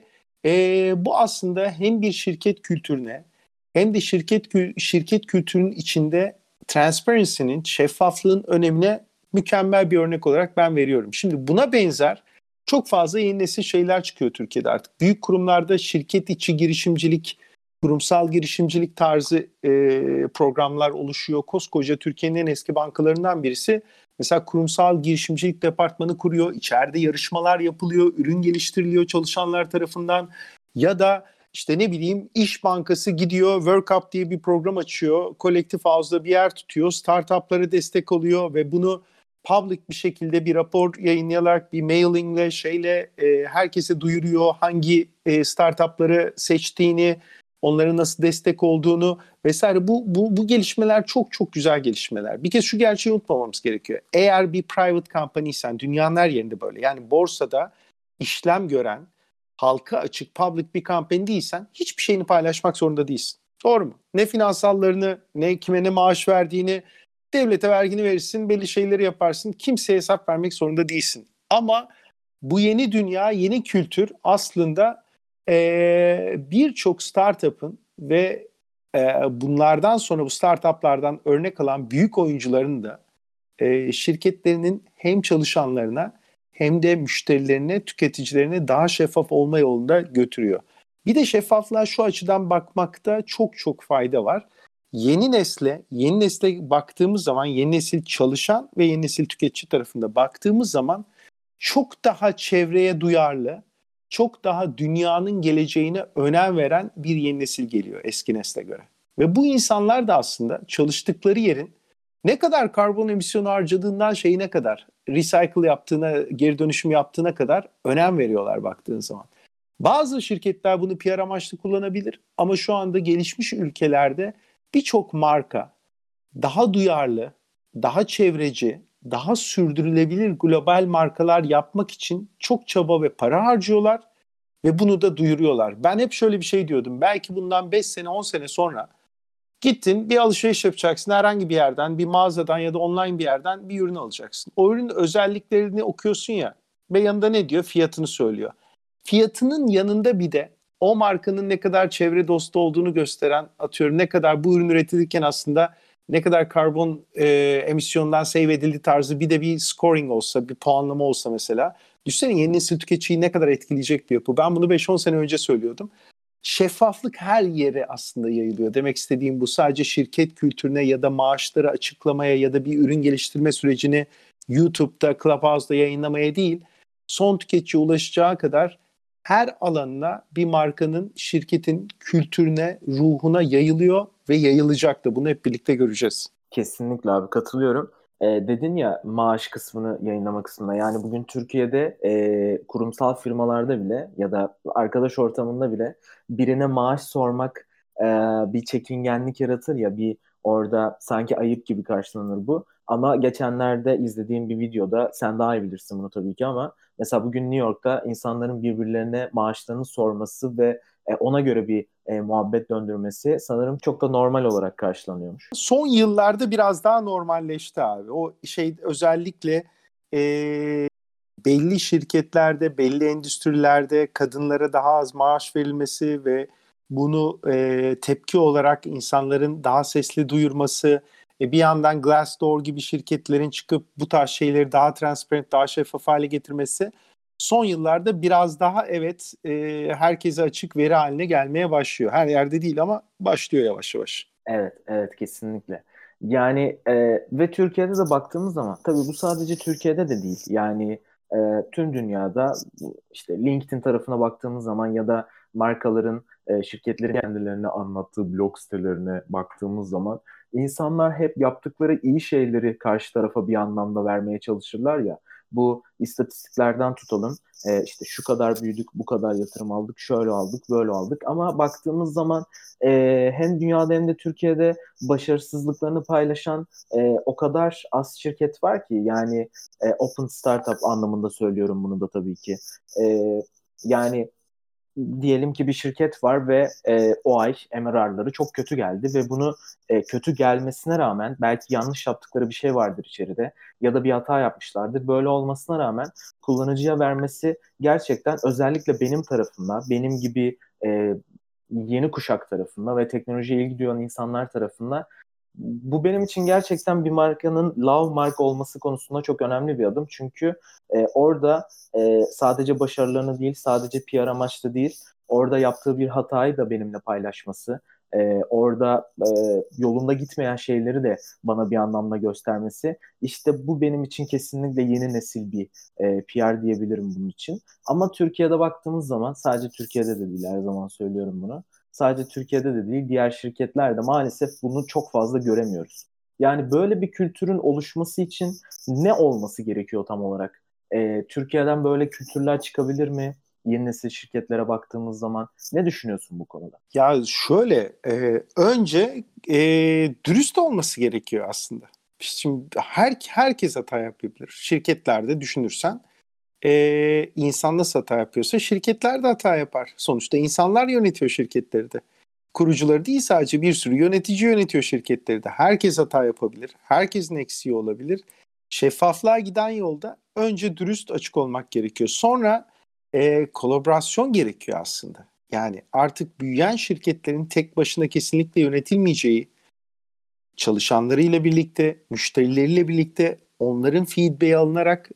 bu aslında hem bir şirket kültürüne hem de şirket kültürünün içinde transparency'nin, şeffaflığın önemine mükemmel bir örnek olarak ben veriyorum. Şimdi buna benzer çok fazla yeni nesil şeyler çıkıyor Türkiye'de artık. Büyük kurumlarda şirket içi girişimcilik, kurumsal girişimcilik tarzı programlar oluşuyor. Koskoca Türkiye'nin en eski bankalarından birisi mesela kurumsal girişimcilik departmanı kuruyor. İçeride yarışmalar yapılıyor, ürün geliştiriliyor çalışanlar tarafından. Ya da işte ne bileyim İş Bankası gidiyor, Work Up diye bir program açıyor. Kolektif House'da bir yer tutuyor, startuplara destek oluyor ve bunu public bir şekilde bir rapor yayınlayarak bir mailingle herkese duyuruyor hangi startupları seçtiğini, onların nasıl destek olduğunu vesaire. Bu gelişmeler çok çok güzel gelişmeler. Bir kez şu gerçeği unutmamamız gerekiyor. Eğer bir private company'sen dünyanın her yerinde böyle. Yani borsada işlem gören, halka açık public bir company değilsen hiçbir şeyini paylaşmak zorunda değilsin. Doğru mu? Ne finansallarını, ne kime ne maaş verdiğini, devlete vergini verirsin, belli şeyleri yaparsın. Kimseye hesap vermek zorunda değilsin. Ama bu yeni dünya, yeni kültür aslında birçok startup'ın ve bunlardan sonra bu startup'lardan örnek alan büyük oyuncuların da şirketlerinin hem çalışanlarına hem de müşterilerine, tüketicilerine daha şeffaf olma yolunda götürüyor. Bir de şeffaflığa şu açıdan bakmakta çok çok fayda var. Yeni nesle baktığımız zaman, yeni nesil çalışan ve yeni nesil tüketici tarafında baktığımız zaman çok daha çevreye duyarlı, çok daha dünyanın geleceğine önem veren bir yeni nesil geliyor eski nesle göre. Ve bu insanlar da aslında çalıştıkları yerin ne kadar karbon emisyonu harcadığından şeyine kadar, recycle yaptığına, geri dönüşüm yaptığına kadar önem veriyorlar baktığın zaman. Bazı şirketler bunu PR amaçlı kullanabilir ama şu anda gelişmiş ülkelerde birçok marka daha duyarlı, daha çevreci, daha sürdürülebilir global markalar yapmak için çok çaba ve para harcıyorlar ve bunu da duyuruyorlar. Ben hep şöyle bir şey diyordum. Belki bundan 5 sene, 10 sene sonra gittin bir alışveriş yapacaksın herhangi bir yerden, bir mağazadan ya da online bir yerden bir ürün alacaksın. O ürünün özelliklerini okuyorsun ya ve yanında ne diyor? Fiyatını söylüyor. Fiyatının yanında bir de o markanın ne kadar çevre dostu olduğunu gösteren, atıyorum ne kadar bu ürün üretilirken aslında ne kadar karbon emisyondan save edildi tarzı bir de bir scoring olsa, bir puanlama olsa mesela. Düşünsene yeni nesil tüketiciyi ne kadar etkileyecek bir yapı. Ben bunu 5-10 sene önce söylüyordum. Şeffaflık her yere aslında yayılıyor. Demek istediğim bu sadece şirket kültürüne ya da maaşları açıklamaya ya da bir ürün geliştirme sürecini YouTube'da, Clubhouse'da yayınlamaya değil, son tüketiciye ulaşacağı kadar her alanına bir markanın, şirketin kültürüne, ruhuna yayılıyor ve yayılacak da. Bunu hep birlikte göreceğiz. Kesinlikle abi, katılıyorum. Dedin ya maaş kısmını yayınlama kısmına. Yani bugün Türkiye'de kurumsal firmalarda bile ya da arkadaş ortamında bile birine maaş sormak e, bir çekingenlik yaratır ya, bir orada sanki ayıp gibi karşılanır bu. Ama geçenlerde izlediğim bir videoda, sen daha iyi bilirsin bunu tabii ki, ama mesela bugün New York'ta insanların birbirlerine maaşlarını sorması ve ona göre bir muhabbet döndürmesi sanırım çok da normal olarak karşılanıyormuş. Son yıllarda biraz daha normalleşti abi. O şey özellikle belli şirketlerde, belli endüstrilerde kadınlara daha az maaş verilmesi ve bunu tepki olarak insanların daha sesli duyurması, bir yandan Glassdoor gibi şirketlerin çıkıp bu tarz şeyleri daha transparent, daha şeffaf hale getirmesi son yıllarda biraz daha herkese açık veri haline gelmeye başlıyor. Her yerde değil ama başlıyor yavaş yavaş. Evet, evet kesinlikle. Yani ve Türkiye'de de baktığımız zaman tabii bu sadece Türkiye'de de değil. Yani tüm dünyada işte LinkedIn tarafına baktığımız zaman ya da markaların, şirketlerin kendilerini anlattığı blog sitelerine baktığımız zaman insanlar hep yaptıkları iyi şeyleri karşı tarafa bir anlamda vermeye çalışırlar ya. Bu istatistiklerden tutalım. İşte şu kadar büyüdük, bu kadar yatırım aldık, şöyle aldık, böyle aldık. Ama baktığımız zaman hem dünyada hem de Türkiye'de başarısızlıklarını paylaşan o kadar az şirket var ki yani open startup anlamında söylüyorum bunu da tabii ki. E, Yani diyelim ki bir şirket var ve o ay MRR'ları çok kötü geldi ve bunu kötü gelmesine rağmen belki yanlış yaptıkları bir şey vardır içeride ya da bir hata yapmışlardır. Böyle olmasına rağmen kullanıcıya vermesi gerçekten özellikle benim tarafından, benim gibi yeni kuşak tarafından ve teknolojiye ilgi duyan insanlar tarafından bu benim için gerçekten bir markanın love marka olması konusunda çok önemli bir adım. Çünkü orada sadece başarılarını değil, sadece PR amaçlı değil, orada yaptığı bir hatayı da benimle paylaşması, orada yolunda gitmeyen şeyleri de bana bir anlamda göstermesi. İşte bu benim için kesinlikle yeni nesil bir PR diyebilirim bunun için. Ama Türkiye'de baktığımız zaman sadece Türkiye'de de değil her zaman söylüyorum bunu. Sadece Türkiye'de de değil diğer şirketlerde maalesef bunu çok fazla göremiyoruz. Yani böyle bir kültürün oluşması için ne olması gerekiyor tam olarak? Türkiye'den böyle kültürler çıkabilir mi? Yeni nesil şirketlere baktığımız zaman ne düşünüyorsun bu konuda? Ya şöyle, önce dürüst olması gerekiyor aslında. Şimdi herkes hata yapabilir. Şirketlerde düşünürsen insan nasıl hata yapıyorsa şirketler de hata yapar. Sonuçta insanlar yönetiyor şirketleri de. Kurucuları değil sadece bir sürü yönetici yönetiyor şirketleri de. Herkes hata yapabilir. Herkesin eksiği olabilir. Şeffaflığa giden yolda önce dürüst açık olmak gerekiyor. Sonra kolaborasyon gerekiyor aslında. Yani artık büyüyen şirketlerin tek başına kesinlikle yönetilmeyeceği, çalışanlarıyla birlikte, müşterileriyle birlikte onların feedback'i alınarak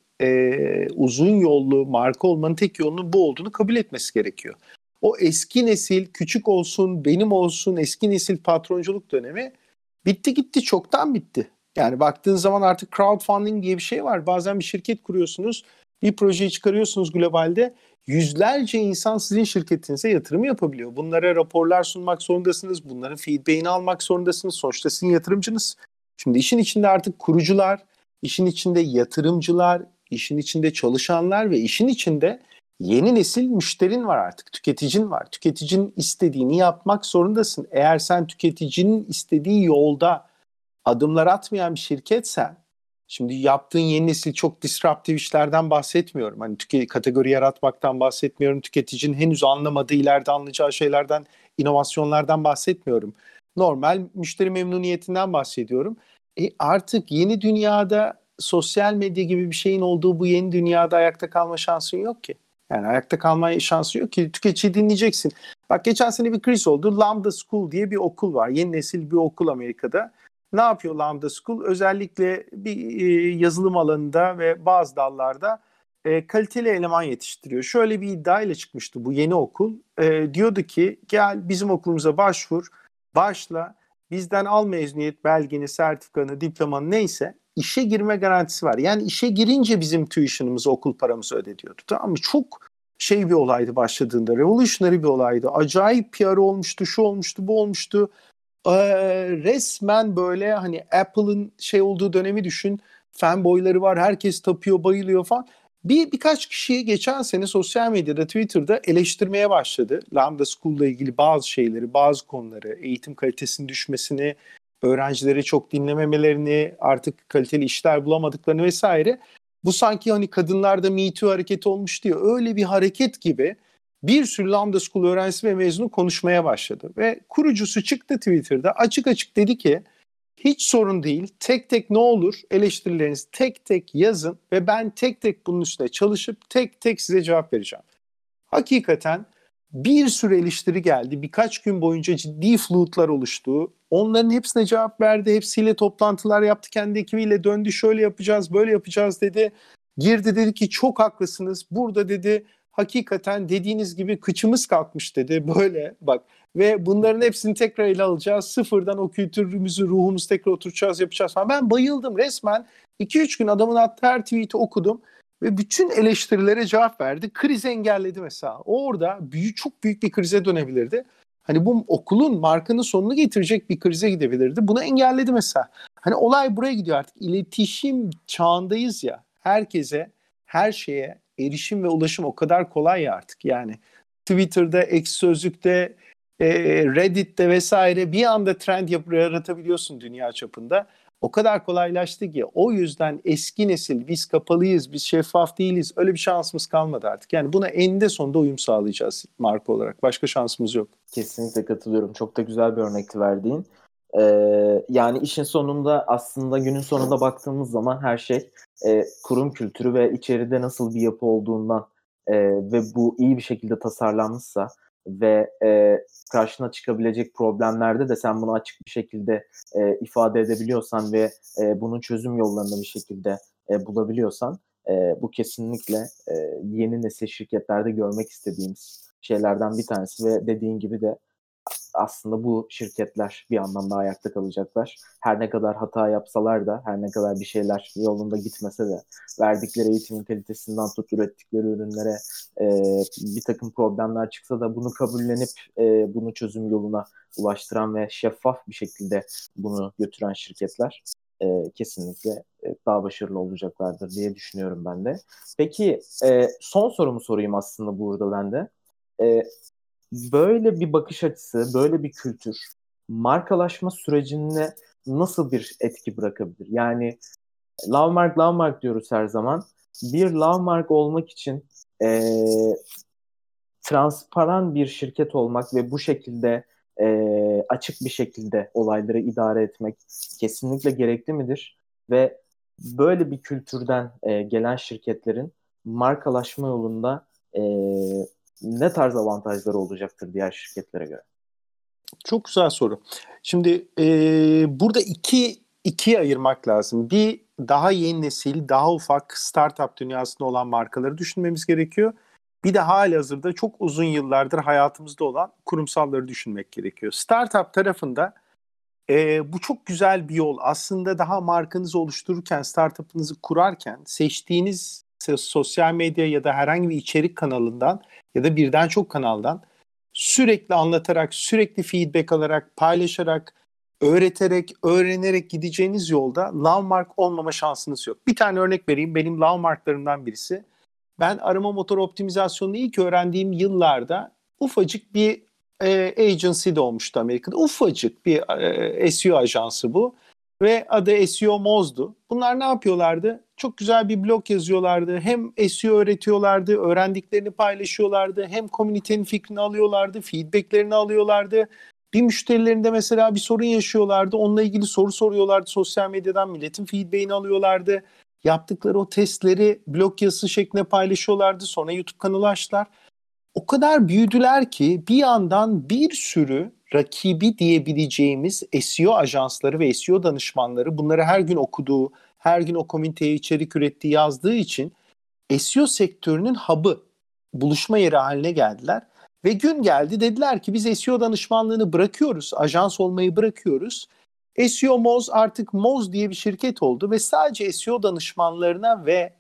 uzun yollu marka olmanın tek yolunun bu olduğunu kabul etmesi gerekiyor. O eski nesil, küçük olsun, benim olsun, eski nesil patronculuk dönemi bitti gitti, çoktan bitti. Yani baktığın zaman artık crowdfunding diye bir şey var. Bazen bir şirket kuruyorsunuz, bir projeyi çıkarıyorsunuz globalde. Yüzlerce insan sizin şirketinize yatırım yapabiliyor. Bunlara raporlar sunmak zorundasınız. Bunların feedback'ini almak zorundasınız. Sonuçta sizin yatırımcınız. Şimdi işin içinde artık kurucular, işin içinde yatırımcılar, işin içinde çalışanlar ve işin içinde yeni nesil müşterin var artık. Tüketicin var. Tüketicinin istediğini yapmak zorundasın. Eğer sen tüketicinin istediği yolda adımlar atmayan bir şirketsen, şimdi yaptığın yeni nesil çok disruptive işlerden bahsetmiyorum. Hani kategori yaratmaktan bahsetmiyorum. Tüketicinin henüz anlamadığı, ileride anlayacağı şeylerden, inovasyonlardan bahsetmiyorum. Normal müşteri memnuniyetinden bahsediyorum. Artık yeni dünyada sosyal medya gibi bir şeyin olduğu bu yeni dünyada ayakta kalma şansın yok ki. Yani ayakta kalma şansı yok ki. Tüketiciyi dinleyeceksin. Bak geçen sene bir kriz oldu. Lambda School diye bir okul var. Yeni nesil bir okul Amerika'da. Ne yapıyor Lambda School? Özellikle bir yazılım alanında ve bazı dallarda kaliteli eleman yetiştiriyor. Şöyle bir iddiayla çıkmıştı bu yeni okul. Diyordu ki gel bizim okulumuza başvur, başla. Bizden al mezuniyet belgeni, sertifikanı, diplomanı neyse işe girme garantisi var. Yani işe girince bizim tuition'ımızı, okul paramızı öde diyordu. Tamam mı? Çok bir olaydı başladığında. Revolutionary bir olaydı. Acayip PR olmuştu, şu olmuştu, bu olmuştu. Resmen böyle hani Apple'ın olduğu dönemi düşün. Fanboyları var, herkes tapıyor, bayılıyor falan. Birkaç kişi geçen sene sosyal medyada, Twitter'da eleştirmeye başladı. Lambda School'la ilgili bazı şeyleri, bazı konuları, eğitim kalitesinin düşmesini, öğrencileri çok dinlememelerini, artık kaliteli işler bulamadıklarını vesaire. Bu sanki hani kadınlarda Me Too hareketi olmuş diyor. Öyle bir hareket gibi bir sürü Lambda School öğrencisi ve mezunu konuşmaya başladı. Ve kurucusu çıktı Twitter'da açık açık dedi ki hiç sorun değil, tek tek ne olur eleştirilerinizi tek tek yazın ve ben tek tek bunun üstüne çalışıp tek tek size cevap vereceğim. Hakikaten bir sürü eleştiri geldi. Birkaç gün boyunca ciddi floodlar oluştu. Onların hepsine cevap verdi. Hepsiyle toplantılar yaptı. Kendi ekibiyle döndü. Şöyle yapacağız, böyle yapacağız dedi. Girdi dedi ki çok haklısınız. Burada dedi hakikaten dediğiniz gibi kıçımız kalkmış dedi. Böyle bak ve bunların hepsini tekrar ele alacağız. Sıfırdan o kültürümüzü, ruhumuzu tekrar oturacağız, yapacağız falan. Ben bayıldım resmen. 2-3 gün adamın attığı her tweet'i okudum. Ve bütün eleştirilere cevap verdi. Krizi engelledi mesela. O orada çok büyük bir krize dönebilirdi. Hani bu okulun markanın sonunu getirecek bir krize gidebilirdi. Bunu engelledi mesela. Hani olay buraya gidiyor artık. İletişim çağındayız ya. Herkese, her şeye erişim ve ulaşım o kadar kolay ya artık. Yani Twitter'da, Ekşi Sözlük'te, Reddit'te vesaire bir anda trend yaratabiliyorsun dünya çapında. O kadar kolaylaştı ki o yüzden eski nesil biz kapalıyız, biz şeffaf değiliz öyle bir şansımız kalmadı artık. Yani buna eninde sonunda uyum sağlayacağız marka olarak. Başka şansımız yok. Kesinlikle katılıyorum. Çok da güzel bir örnekti verdiğin. Yani işin sonunda aslında günün sonunda baktığımız zaman her şey kurum kültürü ve içeride nasıl bir yapı olduğundan ve bu iyi bir şekilde tasarlanmışsa ve karşına çıkabilecek problemlerde de sen bunu açık bir şekilde ifade edebiliyorsan ve bunun çözüm yollarını bir şekilde bulabiliyorsan bu kesinlikle yeni nesil şirketlerde görmek istediğimiz şeylerden bir tanesi ve dediğin gibi de aslında bu şirketler bir yandan da ayakta kalacaklar. Her ne kadar hata yapsalar da, her ne kadar bir şeyler yolunda gitmese de verdikleri eğitimin kalitesinden tut ürettikleri ürünlere bir takım problemler çıksa da bunu kabullenip bunu çözüm yoluna ulaştıran ve şeffaf bir şekilde bunu götüren şirketler kesinlikle daha başarılı olacaklardır diye düşünüyorum ben de. Peki son sorumu sorayım aslında burada ben de. Böyle bir bakış açısı, böyle bir kültür markalaşma sürecinde nasıl bir etki bırakabilir? Yani Lovemark diyoruz her zaman. Bir Lovemark olmak için transparan bir şirket olmak ve bu şekilde açık bir şekilde olayları idare etmek kesinlikle gerekli midir? Ve böyle bir kültürden gelen şirketlerin markalaşma yolunda ne tarz avantajları olacaktır diğer şirketlere göre? Çok güzel soru. Şimdi burada ikiye ayırmak lazım. Bir daha yeni nesil, daha ufak startup dünyasında olan markaları düşünmemiz gerekiyor. Bir de halihazırda çok uzun yıllardır hayatımızda olan kurumsalları düşünmek gerekiyor. Startup tarafında bu çok güzel bir yol. Aslında daha markanızı oluştururken, startup'ınızı kurarken seçtiğiniz sosyal medya ya da herhangi bir içerik kanalından ya da birden çok kanaldan sürekli anlatarak, sürekli feedback alarak, paylaşarak, öğreterek, öğrenerek gideceğiniz yolda Lovemark olmama şansınız yok. Bir tane örnek vereyim. Benim Lovemark'larımdan birisi. Ben arama motor optimizasyonunu ilk öğrendiğim yıllarda ufacık bir agency de olmuştu Amerika'da. Ufacık bir SEO ajansı bu. Ve adı SEO Moz'du. Bunlar ne yapıyorlardı? Çok güzel bir blog yazıyorlardı. Hem SEO öğretiyorlardı, öğrendiklerini paylaşıyorlardı. Hem komünitenin fikrini alıyorlardı, feedbacklerini alıyorlardı. Bir müşterilerinde mesela bir sorun yaşıyorlardı. Onunla ilgili soru soruyorlardı. Sosyal medyadan milletin feedbackini alıyorlardı. Yaptıkları o testleri blog yazısı şeklinde paylaşıyorlardı. Sonra YouTube kanalı açtılar. O kadar büyüdüler ki bir yandan bir sürü rakibi diyebileceğimiz SEO ajansları ve SEO danışmanları bunları her gün okuduğu, her gün o komüniteye içerik ürettiği yazdığı için SEO sektörünün hub'ı, buluşma yeri haline geldiler. Ve gün geldi dediler ki biz SEO danışmanlığını bırakıyoruz, ajans olmayı bırakıyoruz. SEO Moz artık Moz diye bir şirket oldu ve sadece SEO danışmanlarına ve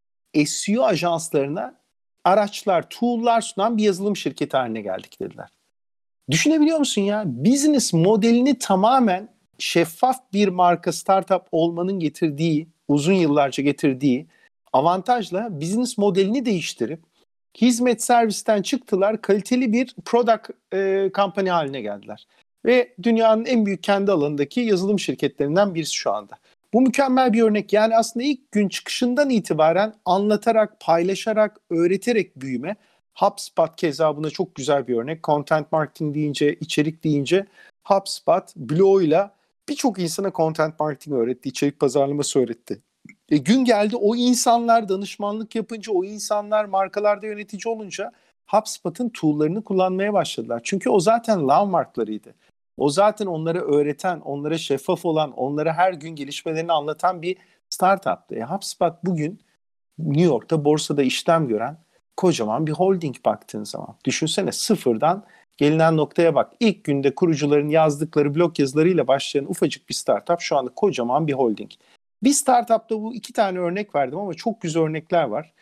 SEO ajanslarına araçlar, tool'lar sunan bir yazılım şirketi haline geldik dediler. Düşünebiliyor musun ya? Business modelini tamamen şeffaf bir marka startup olmanın getirdiği, uzun yıllarca getirdiği avantajla business modelini değiştirip hizmet servisten çıktılar, kaliteli bir product company haline geldiler. Ve dünyanın en büyük kendi alanındaki yazılım şirketlerinden birisi şu anda. Bu mükemmel bir örnek. Yani aslında ilk gün çıkışından itibaren anlatarak, paylaşarak, öğreterek büyüme. HubSpot keza buna çok güzel bir örnek. Content marketing deyince, içerik deyince HubSpot blog'uyla birçok insana content marketing öğretti, içerik pazarlaması öğretti. Gün geldi o insanlar danışmanlık yapınca, o insanlar markalarda yönetici olunca HubSpot'ın tool'larını kullanmaya başladılar. Çünkü o zaten landmarklarıydı. O zaten onlara öğreten, onlara şeffaf olan, onlara her gün gelişmelerini anlatan bir startup'tı. HubSpot bugün New York'ta borsada işlem gören kocaman bir holding baktığın zaman. Düşünsene, sıfırdan gelinen noktaya bak. İlk günde kurucuların yazdıkları blog yazılarıyla başlayan ufacık bir startup şu anda kocaman bir holding. Bir startupta bu 2 tane örnek verdim ama çok güzel örnekler var.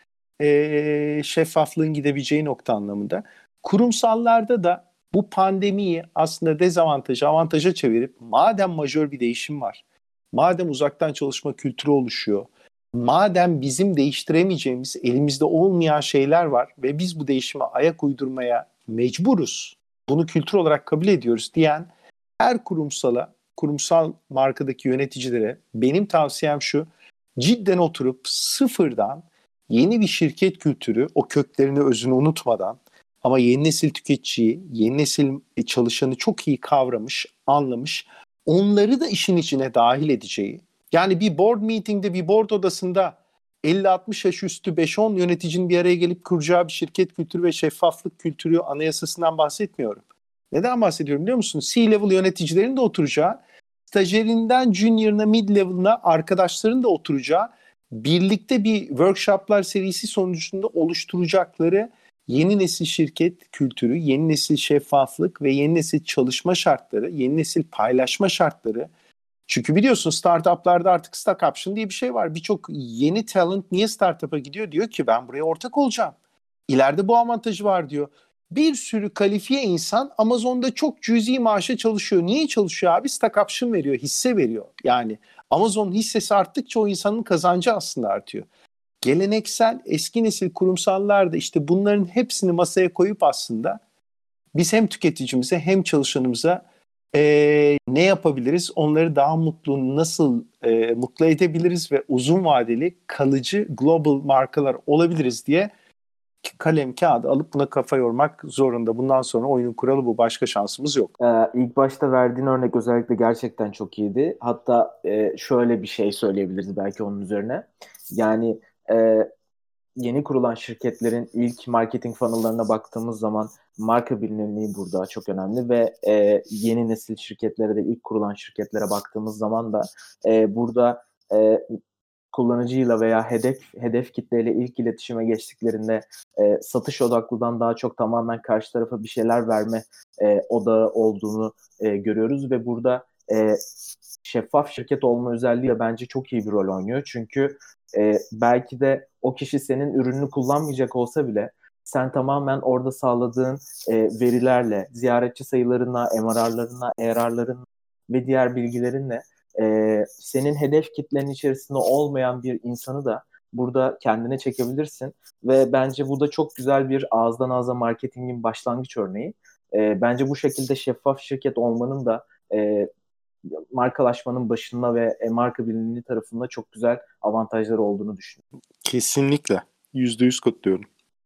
Şeffaflığın gidebileceği nokta anlamında. Kurumsallarda da bu pandemiyi aslında dezavantaja, avantaja çevirip madem majör bir değişim var, madem uzaktan çalışma kültürü oluşuyor, madem bizim değiştiremeyeceğimiz, elimizde olmayan şeyler var ve biz bu değişime ayak uydurmaya mecburuz, bunu kültür olarak kabul ediyoruz diyen her kurumsala, kurumsal markadaki yöneticilere benim tavsiyem şu: cidden oturup sıfırdan yeni bir şirket kültürü, o köklerini, özünü unutmadan ama yeni nesil tüketiciyi, yeni nesil çalışanı çok iyi kavramış, anlamış, onları da işin içine dahil edeceği. Yani bir board meetingde, bir board odasında 50-60 yaş üstü 5-10 yöneticinin bir araya gelip kuracağı bir şirket kültürü ve şeffaflık kültürü anayasasından bahsetmiyorum. Neden bahsediyorum biliyor musun? C-level yöneticilerin de oturacağı, stajyerinden junior'ına, mid-level'ına arkadaşların da oturacağı, birlikte bir workshoplar serisi sonucunda oluşturacakları yeni nesil şirket kültürü, yeni nesil şeffaflık ve yeni nesil çalışma şartları, yeni nesil paylaşma şartları. Çünkü biliyorsun startuplarda artık stock option diye bir şey var. Birçok yeni talent niye startup'a gidiyor? Diyor ki ben buraya ortak olacağım. İleride bu avantajı var diyor. Bir sürü kalifiye insan Amazon'da çok cüzi maaşa çalışıyor. Niye çalışıyor abi? Stock option veriyor, hisse veriyor. Yani Amazon hissesi arttıkça o insanın kazancı aslında artıyor. Geleneksel eski nesil kurumsallar da işte bunların hepsini masaya koyup aslında biz hem tüketicimize hem çalışanımıza ne yapabiliriz? Onları daha mutlu, nasıl mutlu edebiliriz ve uzun vadeli kalıcı global markalar olabiliriz diye kalem kağıdı alıp buna kafa yormak zorunda. Bundan sonra oyunun kuralı bu. Başka şansımız yok. İlk başta verdiğin örnek özellikle gerçekten çok iyiydi. Hatta şöyle bir şey söyleyebiliriz belki onun üzerine. Yani yeni kurulan şirketlerin ilk marketing funnel'larına baktığımız zaman marka bilinirliği burada çok önemli ve yeni nesil şirketlere de ilk kurulan şirketlere baktığımız zaman da burada kullanıcıyla veya hedef kitleyle ilk iletişime geçtiklerinde satış odaklıdan daha çok tamamen karşı tarafa bir şeyler verme odağı olduğunu görüyoruz ve burada şeffaf şirket olma özelliği bence çok iyi bir rol oynuyor. Çünkü belki de o kişi senin ürününü kullanmayacak olsa bile sen tamamen orada sağladığın verilerle, ziyaretçi sayılarına, MRR'larına, ARR'larına ve diğer bilgilerinle senin hedef kitlenin içerisinde olmayan bir insanı da burada kendine çekebilirsin ve bence bu da çok güzel bir ağızdan ağza marketingin başlangıç örneği. Bence bu şekilde şeffaf şirket olmanın da markalaşmanın başında ve marka bilinirliği tarafında çok güzel avantajları olduğunu düşünüyorum. Kesinlikle. %100 kutluyorum.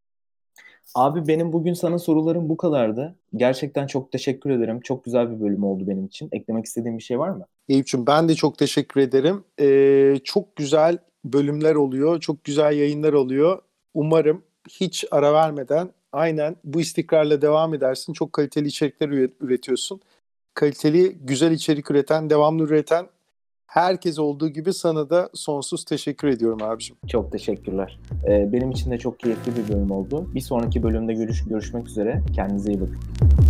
Abi benim bugün sana sorularım bu kadardı. Gerçekten çok teşekkür ederim. Çok güzel bir bölüm oldu benim için. Eklemek istediğin bir şey var mı? Eyüp'cüğüm ben de çok teşekkür ederim. Çok güzel bölümler oluyor. Çok güzel yayınlar oluyor. Umarım hiç ara vermeden aynen bu istikrarla devam edersin. Çok kaliteli içerikler üretiyorsun. Kaliteli, güzel içerik üreten, devamlı üreten herkes olduğu gibi sana da sonsuz teşekkür ediyorum abiciğim. Çok teşekkürler. Benim için de çok keyifli bir bölüm oldu. Bir sonraki bölümde görüşmek üzere. Kendinize iyi bakın.